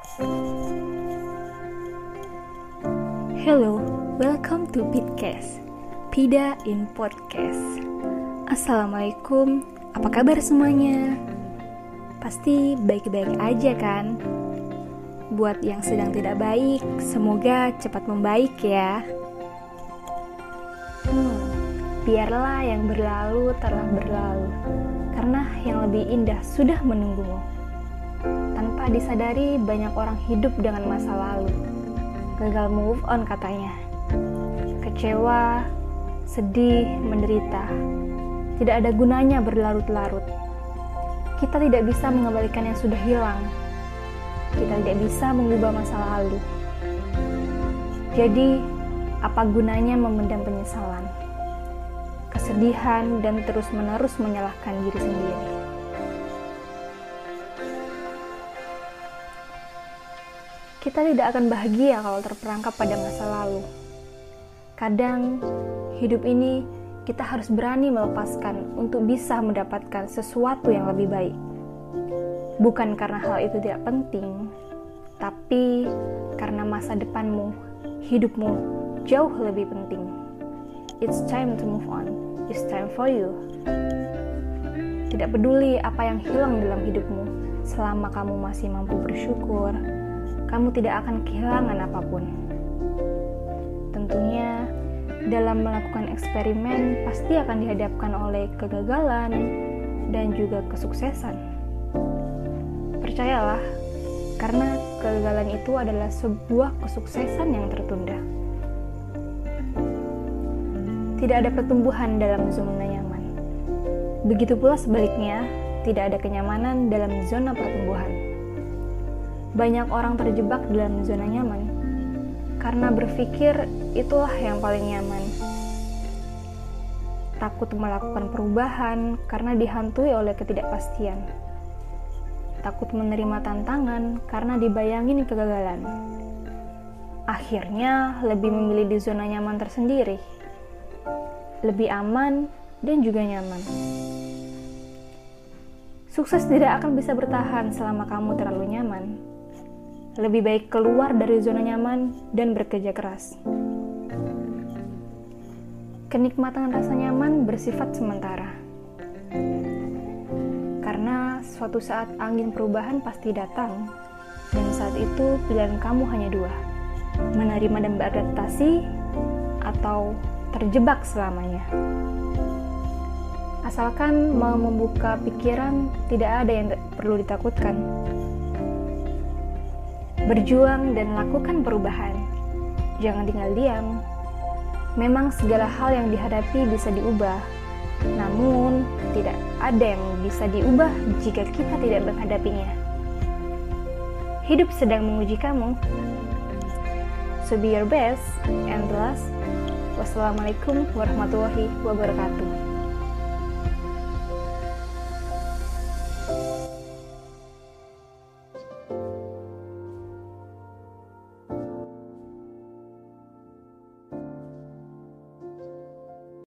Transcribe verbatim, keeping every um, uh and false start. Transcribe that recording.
Hello, welcome to Pitcast, Pida in Podcast. Assalamualaikum, apa kabar semuanya? Pasti baik-baik aja kan? Buat yang sedang tidak baik, semoga cepat membaik ya. Hmm, biarlah yang berlalu telah berlalu, karena yang lebih indah sudah menunggumu. Tanpa disadari, banyak orang hidup dengan masa lalu. Gagal move on katanya. Kecewa, sedih, menderita. Tidak ada gunanya berlarut-larut. Kita tidak bisa mengembalikan yang sudah hilang. Kita tidak bisa mengubah masa lalu. Jadi, apa gunanya memendam penyesalan, kesedihan, dan terus-menerus menyalahkan diri sendiri? Kita tidak akan bahagia kalau terperangkap pada masa lalu. Kadang, hidup ini kita harus berani melepaskan untuk bisa mendapatkan sesuatu yang lebih baik. Bukan karena hal itu tidak penting, tapi karena masa depanmu, hidupmu jauh lebih penting. It's time to move on. It's time for you. Tidak peduli apa yang hilang dalam hidupmu, selama kamu masih mampu bersyukur, kamu tidak akan kehilangan apapun. Tentunya, dalam melakukan eksperimen pasti akan dihadapkan oleh kegagalan dan juga kesuksesan. Percayalah, karena kegagalan itu adalah sebuah kesuksesan yang tertunda. Tidak ada pertumbuhan dalam zona nyaman. Begitu pula sebaliknya, tidak ada kenyamanan dalam zona pertumbuhan. Banyak orang terjebak dalam zona nyaman karena berpikir itulah yang paling nyaman. Takut melakukan perubahan karena dihantui oleh ketidakpastian. Takut menerima tantangan karena dibayangin kegagalan. Akhirnya lebih memilih di zona nyaman tersendiri. Lebih aman dan juga nyaman. Sukses tidak akan bisa bertahan selama kamu terlalu nyaman. Lebih baik keluar dari zona nyaman dan bekerja keras. Kenikmatan rasa nyaman bersifat sementara. Karena suatu saat angin perubahan pasti datang, dan saat itu pilihan kamu hanya dua: menerima dan beradaptasi, atau terjebak selamanya. Asalkan mau membuka pikiran, tidak ada yang perlu ditakutkan. Berjuang dan lakukan perubahan. Jangan tinggal diam. Memang segala hal yang dihadapi bisa diubah. Namun, tidak ada yang bisa diubah jika kita tidak menghadapinya. Hidup sedang menguji kamu. So be your best and last. Wassalamualaikum warahmatullahi wabarakatuh.